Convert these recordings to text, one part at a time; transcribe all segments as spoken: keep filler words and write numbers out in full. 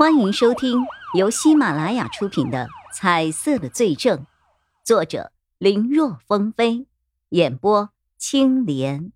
欢迎收听由喜马拉雅出品的《彩色的罪证》，作者林若风飞，演播青莲。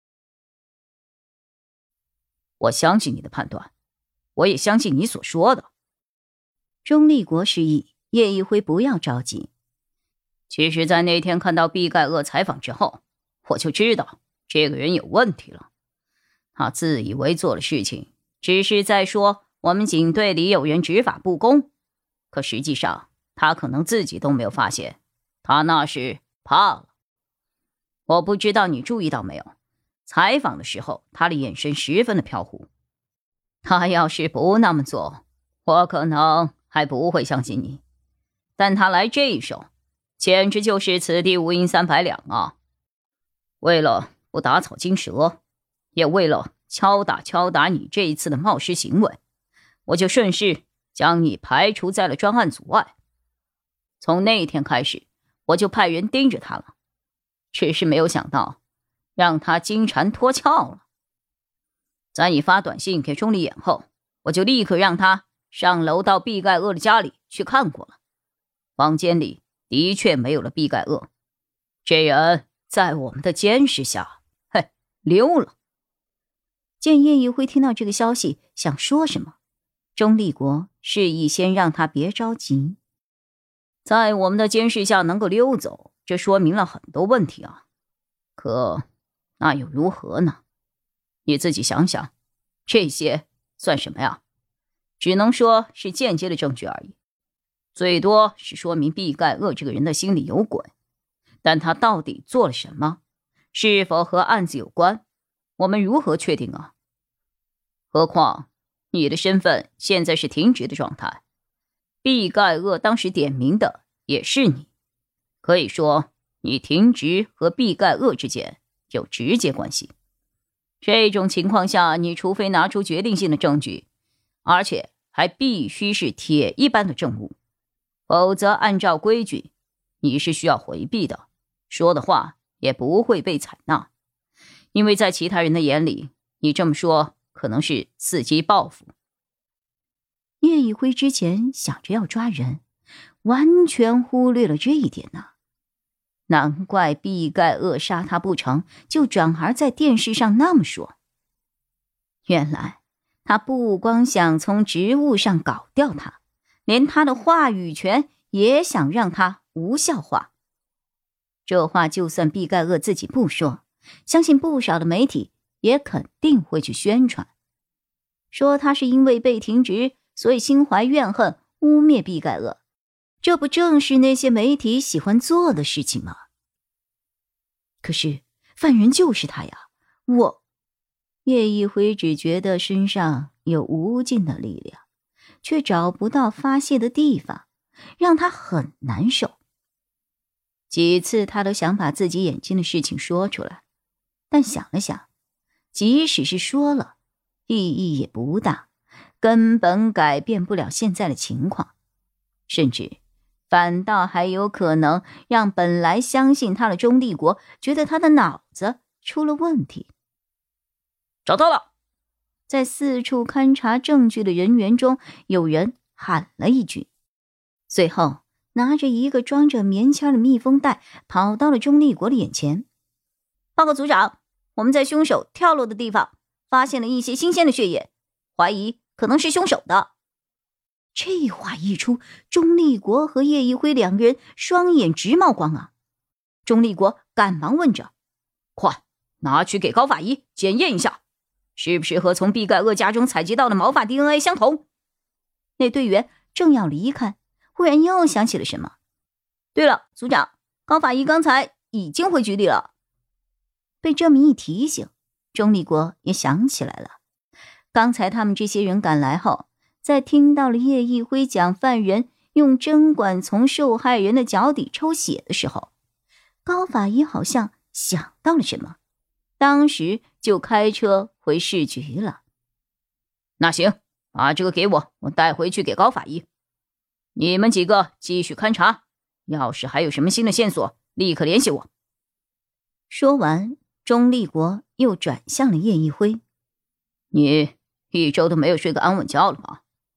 我相信你的判断，我也相信你所说的。 钟立国示意叶一辉不要着急。 其实在那天看到毕盖厄采访之后，我就知道这个人有问题了。他自以为做了事情，只是在说我们警队里有人执法不公，可实际上他可能自己都没有发现，他那是怕了。我不知道你注意到没有，采访的时候他的眼神十分的飘忽。他要是不那么做，我可能还不会相信你，但他来这一手简直就是此地无银三百两啊！为了不打草惊蛇，也为了敲打敲打你这一次的冒失行为，我就顺势将你排除在了专案组外。从那一天开始，我就派人盯着他了，只是没有想到让他金蝉脱壳了。在你发短信给钟离眼后，我就立刻让他上楼到毕盖厄的家里去看过了。房间里的确没有了毕盖厄，这人在我们的监视下，嘿，溜了。 见叶一辉听到这个消息，想说什么，钟立国示意先让他别着急。 在我们的监视下能够溜走，这说明了很多问题啊。可那又如何呢？你自己想想，这些算什么呀？只能说是间接的证据而已，最多是说明毕盖厄这个人的心里有鬼，但他到底做了什么，是否和案子有关，我们如何确定啊？何况你的身份现在是停职的状态，毕盖厄当时点名的也是你，可以说你停职和毕盖厄之间有直接关系。这种情况下，你除非拿出决定性的证据，而且还必须是铁一般的证物，否则按照规矩你是需要回避的，说的话也不会被采纳。因为在其他人的眼里，你这么说可能是伺机报复。 叶一辉之前想着要抓人，完全忽略了这一点呢、啊。难怪毕盖厄杀他不成就转而在电视上那么说。原来他不光想从职务上搞掉他，连他的话语权也想让他无效化。这话就算毕盖厄自己不说，相信不少的媒体也肯定会去宣传，说他是因为被停职所以心怀怨恨，污蔑毕盖厄。这不正是那些媒体喜欢做的事情吗？可是犯人就是他呀，我叶一辉只觉得身上有无尽的力量，却找不到发泄的地方，让他很难受。几次他都想把自己眼睛的事情说出来，但想了想，即使是说了，意义也不大，根本改变不了现在的情况，甚至反倒还有可能让本来相信他的钟立国觉得他的脑子出了问题。 找到了！ 在四处勘察证据的人员中，有人喊了一句，随后拿着一个装着棉签的密封袋跑到了钟立国的眼前。报告组长，我们在凶手跳落的地方发现了一些新鲜的血液，怀疑可能是凶手的。这话一出，钟立国和叶一辉两个人双眼直冒光啊！钟立国赶忙问着：“ 快拿去给高法医检验一下，是不是和从毕盖厄家中采集到的毛发 D N A 相同？” 那队员正要离开，忽然又想起了什么。对了，组长，高法医刚才已经回局里了。被这么一提醒，钟立国也想起来了。刚才他们这些人赶来后，在听到了叶一辉讲犯人用针管从受害人的脚底抽血的时候，高法医好像想到了什么，当时就开车回市局了。 那行，把这个给我，我带回去给高法医。你们几个继续勘察，要是还有什么新的线索，立刻联系我。 说完，钟立国又转向了叶一辉。 你一周都没有睡个安稳觉了吗？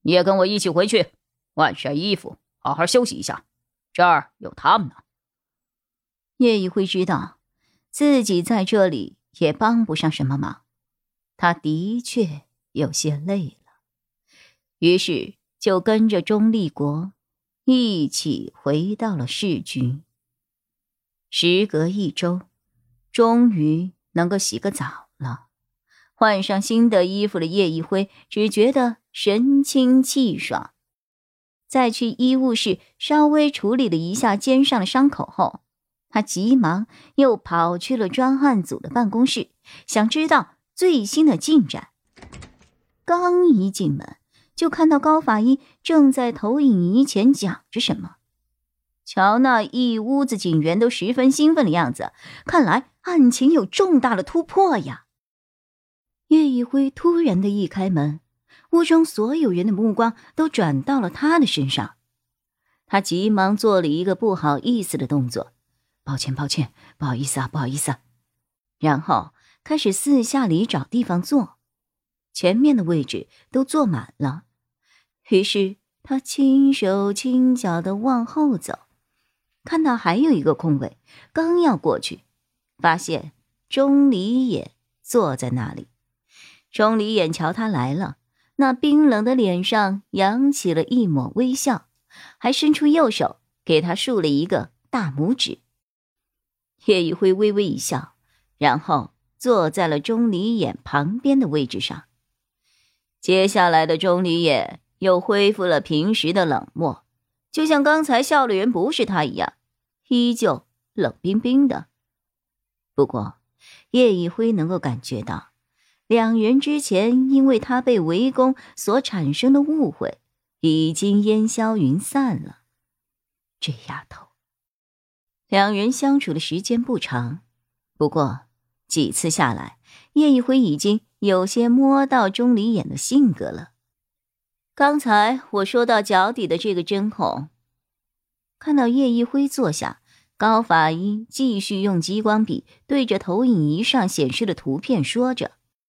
你也跟我一起回去，换晒衣服，好好休息一下，这儿有他们呢。 叶一辉知道自己在这里也帮不上什么忙，他的确有些累了，于是就跟着钟立国一起回到了市局。时隔一周，终于能够洗个澡了。换上新的衣服的叶一辉只觉得神清气爽。在去医务室稍微处理了一下肩上的伤口后，他急忙又跑去了专案组的办公室，想知道最新的进展。刚一进门，就看到高法医正在投影仪前讲着什么。瞧那一屋子警员都十分兴奋的样子，看来案情有重大的突破呀。叶一辉突然的一开门，屋中所有人的目光都转到了他的身上。他急忙做了一个不好意思的动作，抱歉抱歉，不好意思啊不好意思啊，然后开始四下里找地方坐，前面的位置都坐满了。于是他轻手轻脚地往后走，看到还有一个空位，刚要过去，发现钟离也坐在那里。钟离眼瞧他来了，那冰冷的脸上扬起了一抹微笑，还伸出右手给他竖了一个大拇指。叶一辉微微一笑，然后坐在了钟离眼旁边的位置上。接下来的钟离眼又恢复了平时的冷漠，就像刚才笑的人不是他一样，依旧冷冰冰的。不过叶一辉能够感觉到，两人之前因为他被围攻所产生的误会已经烟消云散了。这丫头。两人相处的时间不长，不过几次下来，叶一辉已经有些摸到钟离眼的性格了。刚才我说到脚底的这个针孔，看到叶一辉坐下，高法医继续用激光笔对着投影仪上显示的图片说着。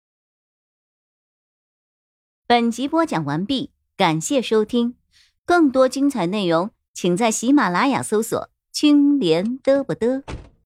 本集播讲完毕，感谢收听，更多精彩内容请在喜马拉雅搜索青莲嘚不嘚。